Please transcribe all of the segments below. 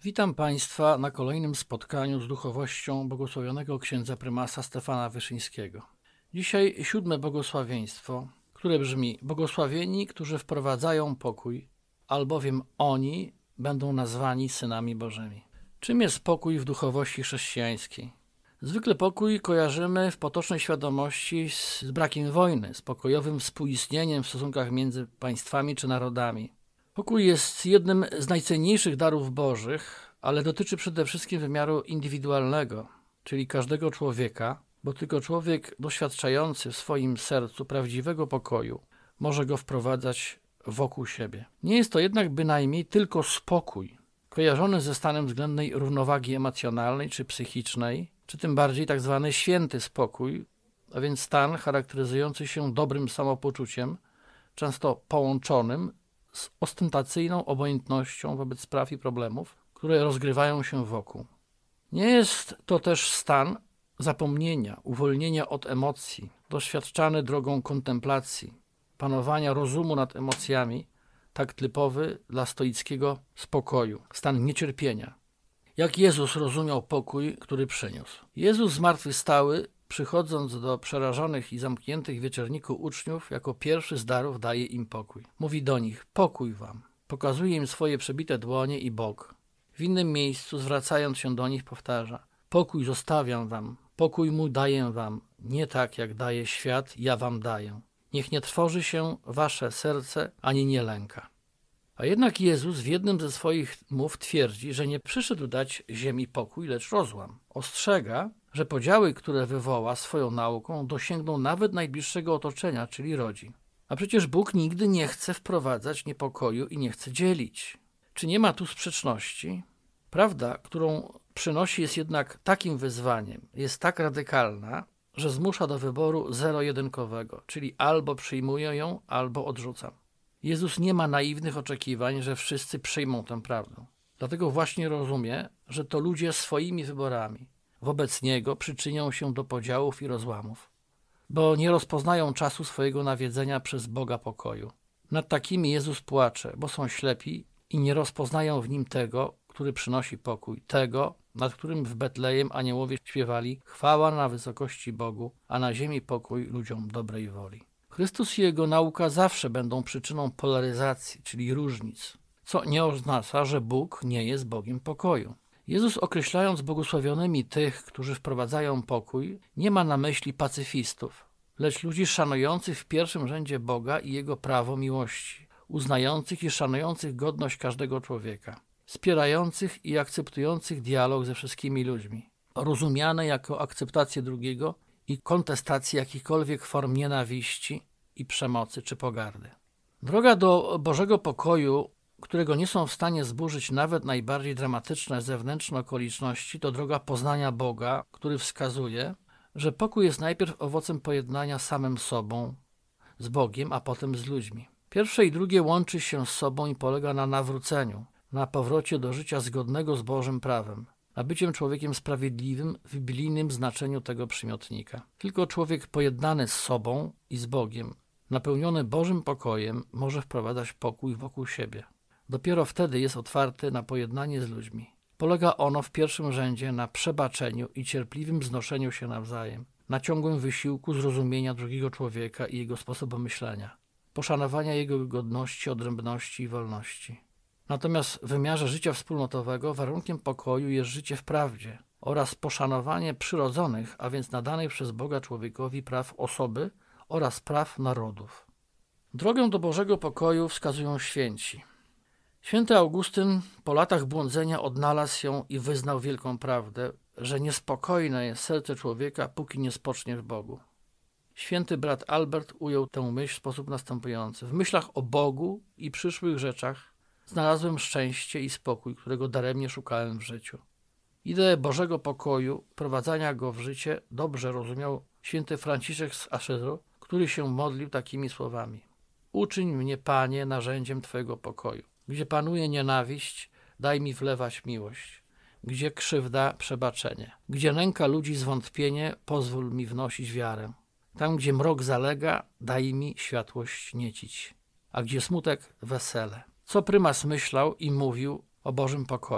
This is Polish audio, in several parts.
Witam Państwa na kolejnym spotkaniu z duchowością błogosławionego księdza prymasa Stefana Wyszyńskiego. Dzisiaj 7. błogosławieństwo, które brzmi: błogosławieni, którzy wprowadzają pokój, albowiem oni będą nazwani synami Bożymi. Czym jest pokój w duchowości chrześcijańskiej? Zwykle pokój kojarzymy w potocznej świadomości z brakiem wojny, z pokojowym współistnieniem w stosunkach między państwami czy narodami. Pokój jest jednym z najcenniejszych darów bożych, ale dotyczy przede wszystkim wymiaru indywidualnego, czyli każdego człowieka, bo tylko człowiek doświadczający w swoim sercu prawdziwego pokoju może go wprowadzać wokół siebie. Nie jest to jednak bynajmniej tylko spokój, kojarzony ze stanem względnej równowagi emocjonalnej czy psychicznej, czy tym bardziej tak zwany święty spokój, a więc stan charakteryzujący się dobrym samopoczuciem, często połączonym z ostentacyjną obojętnością wobec spraw i problemów, które rozgrywają się wokół. Nie jest to też stan zapomnienia, uwolnienia od emocji, doświadczany drogą kontemplacji, panowania rozumu nad emocjami, tak typowy dla stoickiego spokoju, stan niecierpienia. Jak Jezus rozumiał pokój, który przyniósł? Jezus zmartwychwstały, przychodząc do przerażonych i zamkniętych w wieczerniku uczniów, jako pierwszy z darów daje im pokój. Mówi do nich: pokój wam. Pokazuje im swoje przebite dłonie i bok. W innym miejscu, zwracając się do nich, powtarza: pokój zostawiam wam, pokój mój daję wam, nie tak jak daje świat, ja wam daję. Niech nie trwoży się wasze serce, ani nie lęka. A jednak Jezus w jednym ze swoich mów twierdzi, że nie przyszedł dać ziemi pokój, lecz rozłam. Ostrzega, że podziały, które wywoła swoją nauką, dosięgną nawet najbliższego otoczenia, czyli rodzin. A przecież Bóg nigdy nie chce wprowadzać niepokoju i nie chce dzielić. Czy nie ma tu sprzeczności? Prawda, którą przynosi, jest jednak takim wyzwaniem, jest tak radykalna, że zmusza do wyboru zero-jedynkowego, czyli albo przyjmuję ją, albo odrzucam. Jezus nie ma naiwnych oczekiwań, że wszyscy przyjmą tę prawdę. Dlatego właśnie rozumie, że to ludzie swoimi wyborami wobec Niego przyczynią się do podziałów i rozłamów, bo nie rozpoznają czasu swojego nawiedzenia przez Boga pokoju. Nad takimi Jezus płacze, bo są ślepi i nie rozpoznają w Nim tego, który przynosi pokój, tego, nad którym w Betlejem aniołowie śpiewali: chwała na wysokości Bogu, a na ziemi pokój ludziom dobrej woli. Chrystus i Jego nauka zawsze będą przyczyną polaryzacji, czyli różnic, co nie oznacza, że Bóg nie jest Bogiem pokoju. Jezus, określając błogosławionymi tych, którzy wprowadzają pokój, nie ma na myśli pacyfistów, lecz ludzi szanujących w pierwszym rzędzie Boga i Jego prawo miłości, uznających i szanujących godność każdego człowieka, wspierających i akceptujących dialog ze wszystkimi ludźmi, rozumiane jako akceptację drugiego i kontestacji jakichkolwiek form nienawiści i przemocy czy pogardy. Droga do Bożego pokoju, którego nie są w stanie zburzyć nawet najbardziej dramatyczne zewnętrzne okoliczności, to droga poznania Boga, który wskazuje, że pokój jest najpierw owocem pojednania samym sobą, z Bogiem, a potem z ludźmi. Pierwsze i drugie łączy się z sobą i polega na nawróceniu, na powrocie do życia zgodnego z Bożym prawem, na byciem człowiekiem sprawiedliwym w biblijnym znaczeniu tego przymiotnika. Tylko człowiek pojednany z sobą i z Bogiem, napełniony Bożym pokojem, może wprowadzać pokój wokół siebie. Dopiero wtedy jest otwarty na pojednanie z ludźmi. Polega ono w pierwszym rzędzie na przebaczeniu i cierpliwym znoszeniu się nawzajem, na ciągłym wysiłku zrozumienia drugiego człowieka i jego sposobu myślenia, poszanowania jego godności, odrębności i wolności. Natomiast w wymiarze życia wspólnotowego warunkiem pokoju jest życie w prawdzie oraz poszanowanie przyrodzonych, a więc nadanych przez Boga człowiekowi praw osoby oraz praw narodów. Drogę do Bożego pokoju wskazują święci. Święty Augustyn po latach błądzenia odnalazł ją i wyznał wielką prawdę, że niespokojne jest serce człowieka, póki nie spocznie w Bogu. Święty brat Albert ujął tę myśl w sposób następujący: w myślach o Bogu i przyszłych rzeczach znalazłem szczęście i spokój, którego daremnie szukałem w życiu. Ideę Bożego pokoju, wprowadzania go w życie dobrze rozumiał święty Franciszek z Asyzu, który się modlił takimi słowami: uczyń mnie, Panie, narzędziem Twojego pokoju. Gdzie panuje nienawiść, daj mi wlewać miłość. Gdzie krzywda, przebaczenie. Gdzie nęka ludzi zwątpienie, pozwól mi wnosić wiarę. Tam, gdzie mrok zalega, daj mi światłość niecić. A gdzie smutek, wesele. Co prymas myślał i mówił o Bożym pokoju?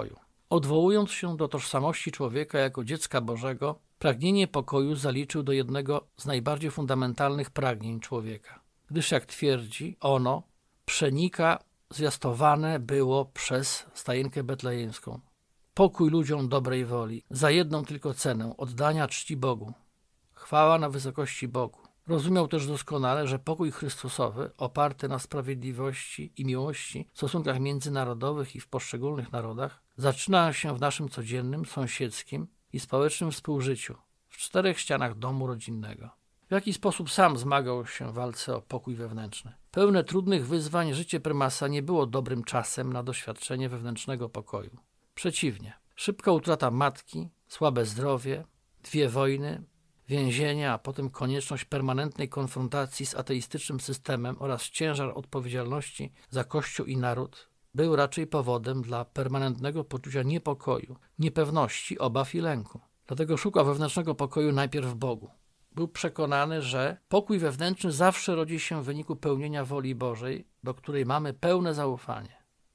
Odwołując się do tożsamości człowieka jako dziecka Bożego, pragnienie pokoju zaliczył do jednego z najbardziej fundamentalnych pragnień człowieka, gdyż jak twierdzi, ono przenika zwiastowane było przez stajenkę betlejemską. Pokój ludziom dobrej woli, za jedną tylko cenę oddania czci Bogu. Chwała na wysokości Bogu. Rozumiał też doskonale, że pokój Chrystusowy, oparty na sprawiedliwości i miłości w stosunkach międzynarodowych i w poszczególnych narodach, zaczyna się w naszym codziennym, sąsiedzkim i społecznym współżyciu, w 4 ścianach domu rodzinnego. W jaki sposób sam zmagał się w walce o pokój wewnętrzny. Pełne trudnych wyzwań życie prymasa nie było dobrym czasem na doświadczenie wewnętrznego pokoju. Przeciwnie, szybka utrata matki, słabe zdrowie, 2 wojny, więzienia, a potem konieczność permanentnej konfrontacji z ateistycznym systemem oraz ciężar odpowiedzialności za Kościół i naród był raczej powodem dla permanentnego poczucia niepokoju, niepewności, obaw i lęku. Dlatego szukał wewnętrznego pokoju najpierw w Bogu. Był przekonany, że pokój wewnętrzny zawsze rodzi się w wyniku pełnienia woli Bożej, do której mamy pełne zaufanie.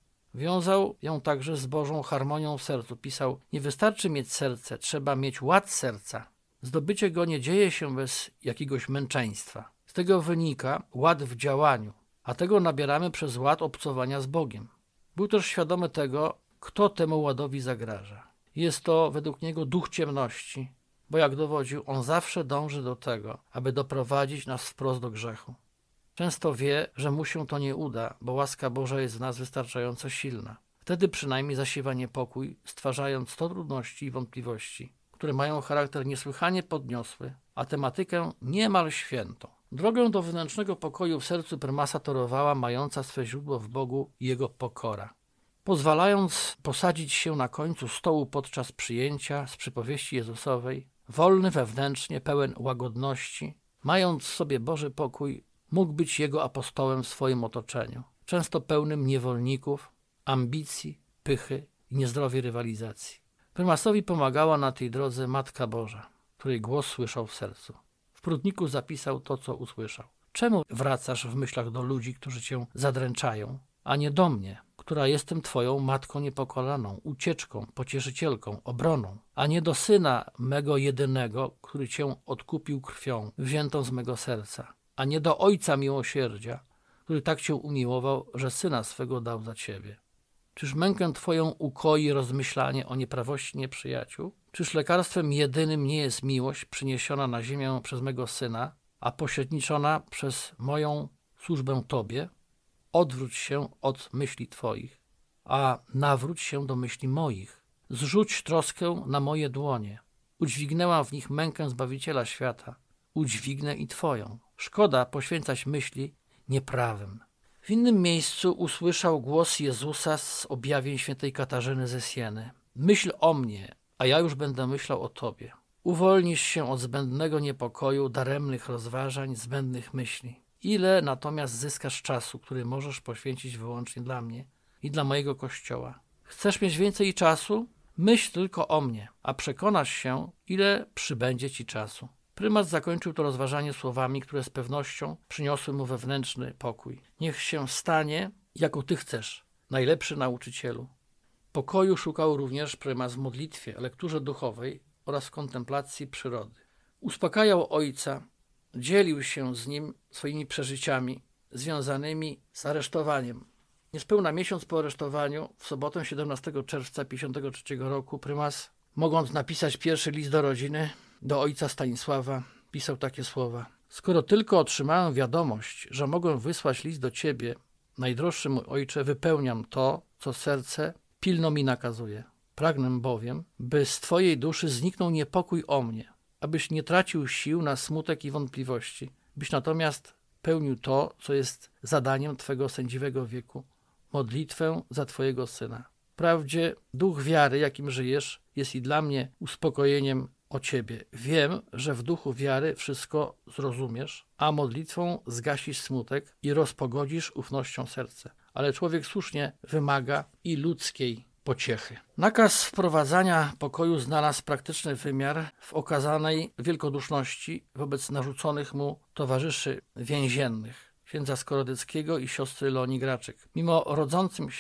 Wiązał ją także z Bożą harmonią w sercu. Pisał: nie wystarczy mieć serce, trzeba mieć ład serca. Zdobycie go nie dzieje się bez jakiegoś męczeństwa. Z tego wynika ład w działaniu, a tego nabieramy przez ład obcowania z Bogiem. Był też świadomy tego, kto temu ładowi zagraża. Jest to według niego duch ciemności, bo jak dowodził, on zawsze dąży do tego, aby doprowadzić nas wprost do grzechu. Często wie, że mu się to nie uda, bo łaska Boża jest w nas wystarczająco silna. Wtedy przynajmniej zasiewa niepokój, stwarzając to trudności i wątpliwości, które mają charakter niesłychanie podniosły, a tematykę niemal świętą. Drogę do wewnętrznego pokoju w sercu prymasa torowała mająca swe źródło w Bogu jego pokora. Pozwalając posadzić się na końcu stołu podczas przyjęcia z przypowieści Jezusowej, wolny wewnętrznie, pełen łagodności, mając w sobie Boży pokój, mógł być jego apostołem w swoim otoczeniu, często pełnym niewolników, ambicji, pychy i niezdrowej rywalizacji. Prymasowi pomagała na tej drodze Matka Boża, której głos słyszał w sercu. W pródniku zapisał to, co usłyszał. Czemu wracasz w myślach do ludzi, którzy cię zadręczają, a nie do mnie, która jestem twoją matką niepokalaną, ucieczką, pocieszycielką, obroną, a nie do syna mego jedynego, który cię odkupił krwią wziętą z mego serca, a nie do ojca miłosierdzia, który tak cię umiłował, że syna swego dał za ciebie. Czyż mękę twoją ukoi rozmyślanie o nieprawości nieprzyjaciół? Czyż lekarstwem jedynym nie jest miłość przyniesiona na ziemię przez mego Syna, a pośredniczona przez moją służbę Tobie? Odwróć się od myśli Twoich, a nawróć się do myśli moich. Zrzuć troskę na moje dłonie. Udźwignęłam w nich mękę Zbawiciela świata. Udźwignę i Twoją. Szkoda poświęcać myśli nieprawym. W innym miejscu usłyszał głos Jezusa z objawień świętej Katarzyny ze Sieny. Myśl o mnie, a ja już będę myślał o Tobie. Uwolnisz się od zbędnego niepokoju, daremnych rozważań, zbędnych myśli. Ile natomiast zyskasz czasu, który możesz poświęcić wyłącznie dla mnie i dla mojego Kościoła. Chcesz mieć więcej czasu? Myśl tylko o mnie, a przekonasz się, ile przybędzie ci czasu. Prymas zakończył to rozważanie słowami, które z pewnością przyniosły mu wewnętrzny pokój. Niech się stanie, jako Ty chcesz, najlepszy nauczycielu. Pokoju szukał również prymas w modlitwie, lekturze duchowej oraz w kontemplacji przyrody. Uspokajał ojca, dzielił się z nim swoimi przeżyciami związanymi z aresztowaniem. Niespełna miesiąc po aresztowaniu, w sobotę 17 czerwca 1953 roku, prymas, mogąc napisać pierwszy list do rodziny, do ojca Stanisława, pisał takie słowa. Skoro tylko otrzymałem wiadomość, że mogę wysłać list do Ciebie, najdroższy mój ojcze, wypełniam to, co serce pilno mi nakazuje. Pragnę bowiem, by z Twojej duszy zniknął niepokój o mnie, abyś nie tracił sił na smutek i wątpliwości, byś natomiast pełnił to, co jest zadaniem Twego sędziwego wieku, modlitwę za Twojego Syna. Wprawdzie duch wiary, jakim żyjesz, jest i dla mnie uspokojeniem o Ciebie. Wiem, że w duchu wiary wszystko zrozumiesz, a modlitwą zgasisz smutek i rozpogodzisz ufnością serce. Ale człowiek słusznie wymaga i ludzkiej pociechy. Nakaz wprowadzania pokoju znalazł praktyczny wymiar w okazanej wielkoduszności wobec narzuconych mu towarzyszy więziennych, księdza Skorodyckiego i siostry Leonii Graczyk. Mimo rodzącym się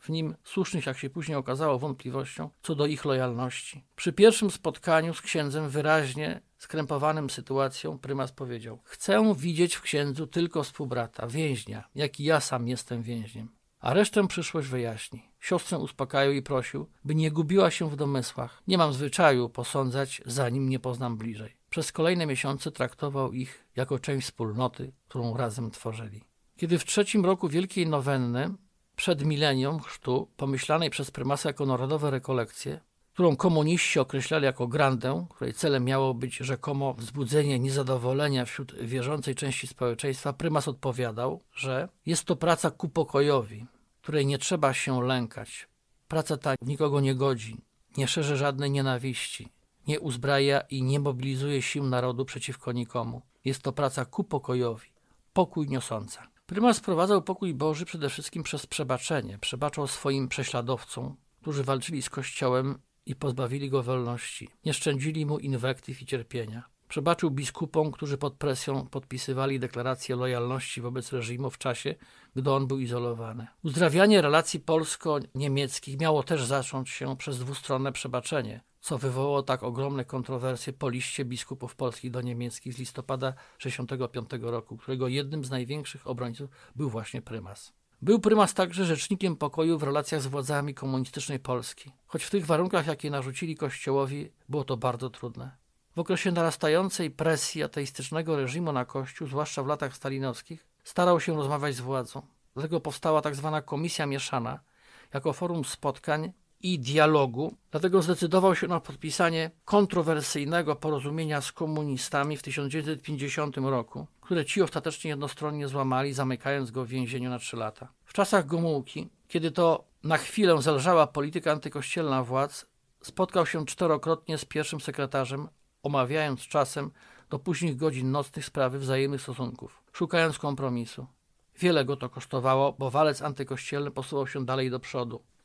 w nim słusznych, jak się później okazało, wątpliwością co do ich lojalności. Przy pierwszym spotkaniu z księdzem, wyraźnie skrępowanym sytuacją, prymas powiedział: chcę widzieć w księdzu tylko współbrata, więźnia, jak i ja sam jestem więźniem. A resztę przyszłość wyjaśni. Siostrę uspokajał i prosił, by nie gubiła się w domysłach. Nie mam zwyczaju posądzać, zanim nie poznam bliżej. Przez kolejne miesiące traktował ich jako część wspólnoty, którą razem tworzyli. Kiedy w 3. roku Wielkiej Nowenny, przed milenium chrztu, pomyślanej przez prymasa jako narodowe rekolekcje, którą komuniści określali jako grandę, której celem miało być rzekomo wzbudzenie niezadowolenia wśród wierzącej części społeczeństwa, prymas odpowiadał, że jest to praca ku pokojowi, której nie trzeba się lękać. Praca ta w nikogo nie godzi, nie szerzy żadnej nienawiści, nie uzbraja i nie mobilizuje sił narodu przeciwko nikomu. Jest to praca ku pokojowi, pokój niosąca. Prymas sprowadzał pokój Boży przede wszystkim przez przebaczenie. Przebaczał swoim prześladowcom, którzy walczyli z Kościołem i pozbawili go wolności. Nie szczędzili mu inwektyw i cierpienia. Przebaczył biskupom, którzy pod presją podpisywali deklarację lojalności wobec reżimu w czasie, gdy on był izolowany. Uzdrawianie relacji polsko-niemieckich miało też zacząć się przez dwustronne przebaczenie, co wywołało tak ogromne kontrowersje po liście biskupów polskich do niemieckich z listopada 1965 roku, którego jednym z największych obrońców był właśnie prymas. Był prymas także rzecznikiem pokoju w relacjach z władzami komunistycznej Polski, choć w tych warunkach, jakie narzucili Kościołowi, było to bardzo trudne. W okresie narastającej presji ateistycznego reżimu na Kościół, zwłaszcza w latach stalinowskich, starał się rozmawiać z władzą. Dlatego powstała tzw. Komisja Mieszana jako forum spotkań i dialogu. Dlatego zdecydował się na podpisanie kontrowersyjnego porozumienia z komunistami w 1950 roku, które ci ostatecznie jednostronnie złamali, zamykając go w więzieniu na 3 lata. W czasach Gomułki, kiedy to na chwilę zelżała polityka antykościelna władz, spotkał się 4-krotnie z pierwszym sekretarzem, omawiając czasem do późnych godzin nocnych sprawy wzajemnych stosunków, szukając kompromisu. Wiele go to kosztowało, bo walec antykościelny posuwał się dalej do przodu. W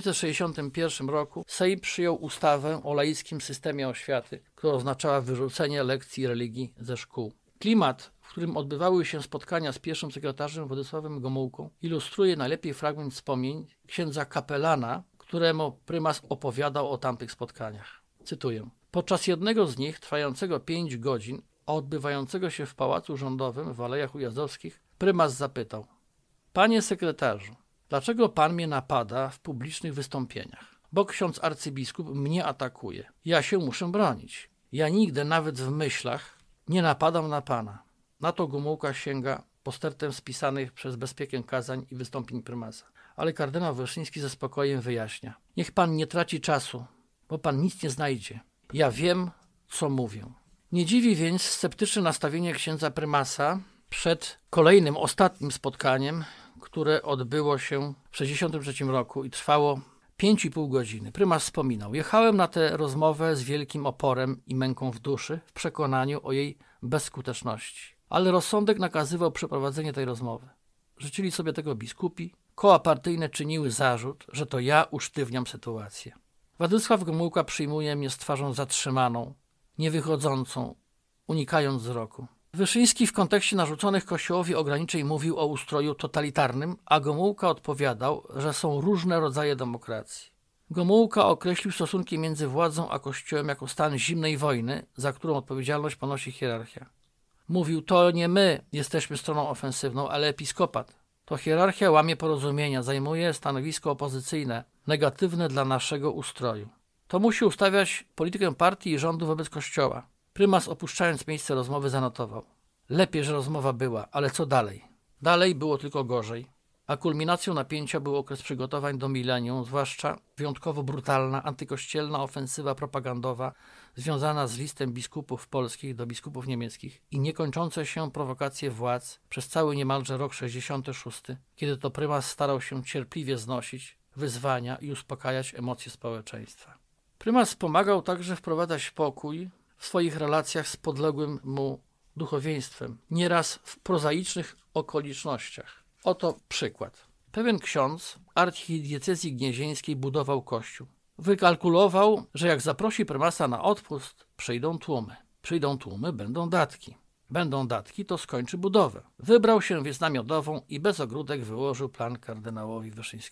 1961 roku Sejm przyjął ustawę o laickim systemie oświaty, która oznaczała wyrzucenie lekcji religii ze szkół. Klimat, w którym odbywały się spotkania z pierwszym sekretarzem Władysławem Gomułką, ilustruje najlepiej fragment wspomnień księdza kapelana, któremu prymas opowiadał o tamtych spotkaniach. Cytuję: podczas jednego z nich, trwającego 5 godzin, a odbywającego się w Pałacu Rządowym w Alejach Ujazdowskich, prymas zapytał: panie sekretarzu, dlaczego pan mnie napada w publicznych wystąpieniach? Bo ksiądz arcybiskup mnie atakuje. Ja się muszę bronić. Ja nigdy, nawet w myślach, nie napadam na pana. Na to Gomułka sięga po stertę spisanych przez bezpiekę kazań i wystąpień prymasa. Ale kardynał Wyszyński ze spokojem wyjaśnia: niech pan nie traci czasu, bo pan nic nie znajdzie. Ja wiem, co mówię. Nie dziwi więc sceptyczne nastawienie księdza prymasa przed kolejnym, ostatnim spotkaniem, które odbyło się w 1963 roku i trwało 5,5 godziny. Prymas wspominał: jechałem na tę rozmowę z wielkim oporem i męką w duszy, w przekonaniu o jej bezskuteczności. Ale rozsądek nakazywał przeprowadzenie tej rozmowy. Życzyli sobie tego biskupi. Koła partyjne czyniły zarzut, że to ja usztywniam sytuację. Władysław Gomułka przyjmuje mnie z twarzą zatrzymaną, niewychodzącą, unikając wzroku. Wyszyński w kontekście narzuconych Kościołowi ograniczeń mówił o ustroju totalitarnym, a Gomułka odpowiadał, że są różne rodzaje demokracji. Gomułka określił stosunki między władzą a Kościołem jako stan zimnej wojny, za którą odpowiedzialność ponosi hierarchia. Mówił: to nie my jesteśmy stroną ofensywną, ale episkopat. To hierarchia łamie porozumienia, zajmuje stanowisko opozycyjne, negatywne dla naszego ustroju. To musi ustawiać politykę partii i rządu wobec Kościoła. Prymas, opuszczając miejsce rozmowy, zanotował: lepiej, że rozmowa była, ale co dalej? Dalej było tylko gorzej. A kulminacją napięcia był okres przygotowań do milenium, zwłaszcza wyjątkowo brutalna, antykościelna ofensywa propagandowa związana z listem biskupów polskich do biskupów niemieckich i niekończące się prowokacje władz przez cały niemalże rok 66, kiedy to prymas starał się cierpliwie znosić wyzwania i uspokajać emocje społeczeństwa. Prymas pomagał także wprowadzać pokój w swoich relacjach z podległym mu duchowieństwem, nieraz w prozaicznych okolicznościach. Oto przykład. Pewien ksiądz archidiecezji gnieźnieńskiej budował kościół. Wykalkulował, że jak zaprosi prymasa na odpust, przyjdą tłumy. Przyjdą tłumy, będą datki. Będą datki, to skończy budowę. Wybrał się więc namiotową i bez ogródek wyłożył plan kardynałowi Wyszyńskiemu.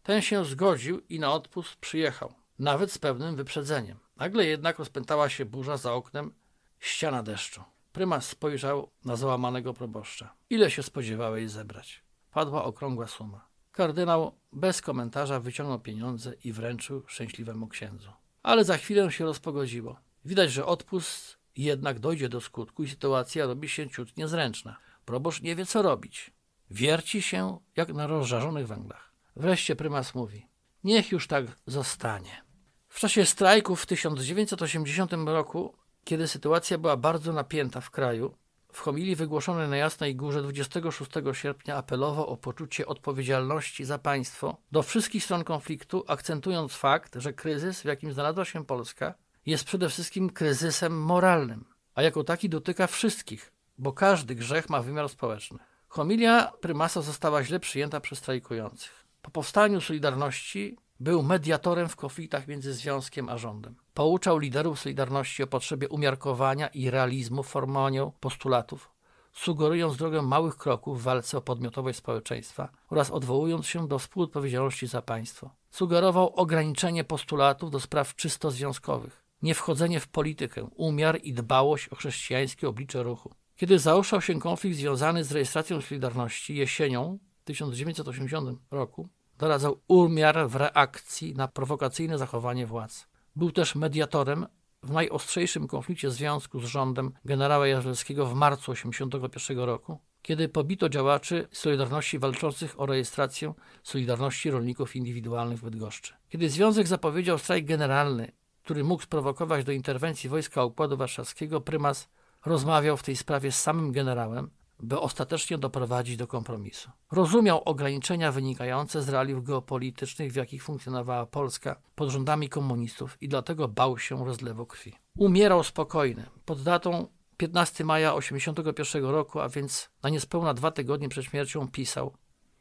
Ten się zgodził i na odpust przyjechał, nawet z pewnym wyprzedzeniem. Nagle jednak rozpętała się burza za oknem, ściana deszczu. Prymas spojrzał na załamanego proboszcza. Ile się spodziewałeś zebrać? Padła okrągła suma. Kardynał bez komentarza wyciągnął pieniądze i wręczył szczęśliwemu księdzu. Ale za chwilę się rozpogodziło. Widać, że odpust jednak dojdzie do skutku i sytuacja robi się ciut niezręczna. Proboszcz nie wie, co robić. Wierci się jak na rozżarzonych węglach. Wreszcie prymas mówi: niech już tak zostanie. W czasie strajków w 1980 roku, kiedy sytuacja była bardzo napięta w kraju, w homilii wygłoszonej na Jasnej Górze 26 sierpnia apelował o poczucie odpowiedzialności za państwo do wszystkich stron konfliktu, akcentując fakt, że kryzys, w jakim znalazła się Polska, jest przede wszystkim kryzysem moralnym, a jako taki dotyka wszystkich, bo każdy grzech ma wymiar społeczny. Homilia prymasa została źle przyjęta przez strajkujących. Po powstaniu Solidarności był mediatorem w konfliktach między Związkiem a rządem. Pouczał liderów Solidarności o potrzebie umiarkowania i realizmu w formowaniu postulatów, sugerując drogę małych kroków w walce o podmiotowość społeczeństwa oraz odwołując się do współodpowiedzialności za państwo. Sugerował ograniczenie postulatów do spraw czysto związkowych, niewchodzenie w politykę, umiar i dbałość o chrześcijańskie oblicze ruchu. Kiedy zaostrzał się konflikt związany z rejestracją Solidarności jesienią 1980 roku, doradzał umiar w reakcji na prowokacyjne zachowanie władz. Był też mediatorem w najostrzejszym konflikcie związku z rządem generała Jaruzelskiego w marcu 1981 roku, kiedy pobito działaczy Solidarności walczących o rejestrację Solidarności Rolników Indywidualnych w Bydgoszczy. Kiedy Związek zapowiedział strajk generalny, który mógł sprowokować do interwencji wojska Układu Warszawskiego, prymas rozmawiał w tej sprawie z samym generałem, by ostatecznie doprowadzić do kompromisu. Rozumiał ograniczenia wynikające z realiów geopolitycznych, w jakich funkcjonowała Polska pod rządami komunistów i dlatego bał się rozlewu krwi. Umierał spokojny. Pod datą 15 maja 1981 roku, a więc na niespełna 2 tygodnie przed śmiercią, pisał: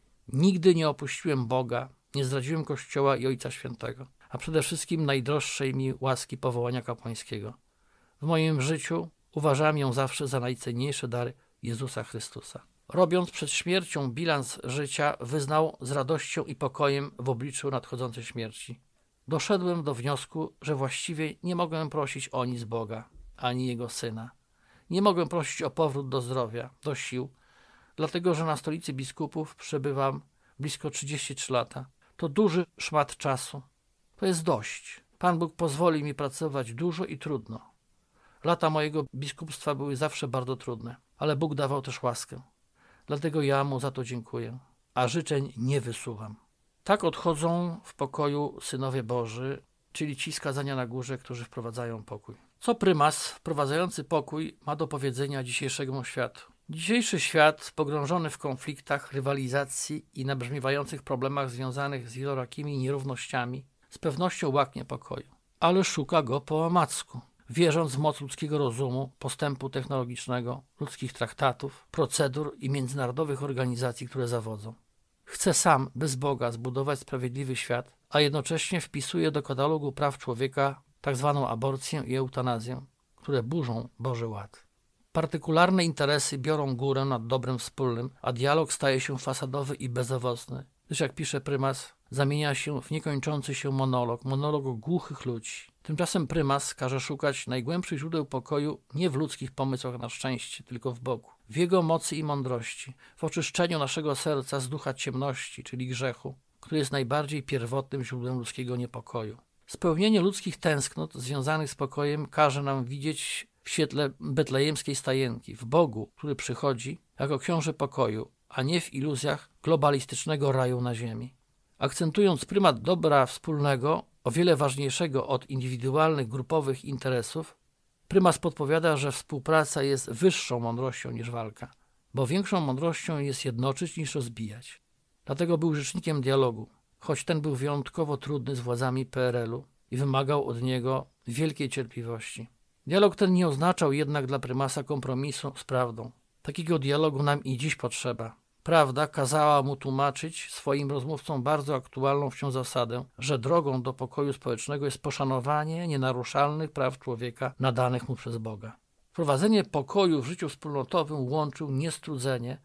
nigdy nie opuściłem Boga, nie zdradziłem Kościoła i Ojca Świętego, a przede wszystkim najdroższej mi łaski powołania kapłańskiego. W moim życiu uważałem ją zawsze za najcenniejsze dary Jezusa Chrystusa. Robiąc przed śmiercią bilans życia, wyznał z radością i pokojem w obliczu nadchodzącej śmierci: doszedłem do wniosku, że właściwie nie mogę prosić o nic Boga, ani Jego Syna. Nie mogę prosić o powrót do zdrowia, do sił, dlatego że na stolicy biskupów przebywam blisko 33 lata. To duży szmat czasu. To jest dość. Pan Bóg pozwoli mi pracować dużo i trudno. Lata mojego biskupstwa były zawsze bardzo trudne, ale Bóg dawał też łaskę. Dlatego ja Mu za to dziękuję, a życzeń nie wysuwam. Tak odchodzą w pokoju synowie Boży, czyli ci skazania na górze, którzy wprowadzają pokój. Co prymas wprowadzający pokój ma do powiedzenia dzisiejszemu światu? Dzisiejszy świat, pogrążony w konfliktach, rywalizacji i nabrzmiewających problemach związanych z wielorakimi nierównościami, z pewnością łaknie pokoju, ale szuka go po omacku, wierząc w moc ludzkiego rozumu, postępu technologicznego, ludzkich traktatów, procedur i międzynarodowych organizacji, które zawodzą. Chce sam, bez Boga, zbudować sprawiedliwy świat, a jednocześnie wpisuje do katalogu praw człowieka tzw. aborcję i eutanazję, które burzą Boży ład. Partykularne interesy biorą górę nad dobrem wspólnym, a dialog staje się fasadowy i bezowocny, gdyż, jak pisze prymas, zamienia się w niekończący się monolog głuchych ludzi. Tymczasem prymas każe szukać najgłębszych źródeł pokoju nie w ludzkich pomysłach na szczęście, tylko w Bogu, w Jego mocy i mądrości, w oczyszczeniu naszego serca z ducha ciemności, czyli grzechu, który jest najbardziej pierwotnym źródłem ludzkiego niepokoju. Spełnienie ludzkich tęsknot związanych z pokojem każe nam widzieć w świetle betlejemskiej stajenki, w Bogu, który przychodzi jako książę pokoju, a nie w iluzjach globalistycznego raju na ziemi. Akcentując prymat dobra wspólnego, o wiele ważniejszego od indywidualnych, grupowych interesów, prymas podpowiada, że współpraca jest wyższą mądrością niż walka, bo większą mądrością jest jednoczyć niż rozbijać. Dlatego był rzecznikiem dialogu, choć ten był wyjątkowo trudny z władzami PRL-u i wymagał od niego wielkiej cierpliwości. Dialog ten nie oznaczał jednak dla prymasa kompromisu z prawdą. Takiego dialogu nam i dziś potrzeba. Prawda kazała mu tłumaczyć swoim rozmówcom bardzo aktualną wciąż zasadę, że drogą do pokoju społecznego jest poszanowanie nienaruszalnych praw człowieka nadanych mu przez Boga. Wprowadzenie pokoju w życiu wspólnotowym łączył niestrudzenie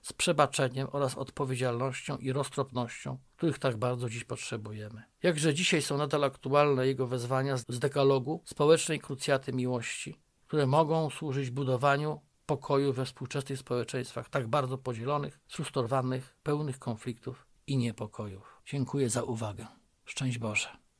z przebaczeniem oraz odpowiedzialnością i roztropnością, których tak bardzo dziś potrzebujemy. Jakże dzisiaj są nadal aktualne jego wezwania z dekalogu społecznej krucjaty miłości, które mogą służyć budowaniu pokoju we współczesnych społeczeństwach tak bardzo podzielonych, sfrustrowanych, pełnych konfliktów i niepokojów. Dziękuję za uwagę. Szczęść Boże.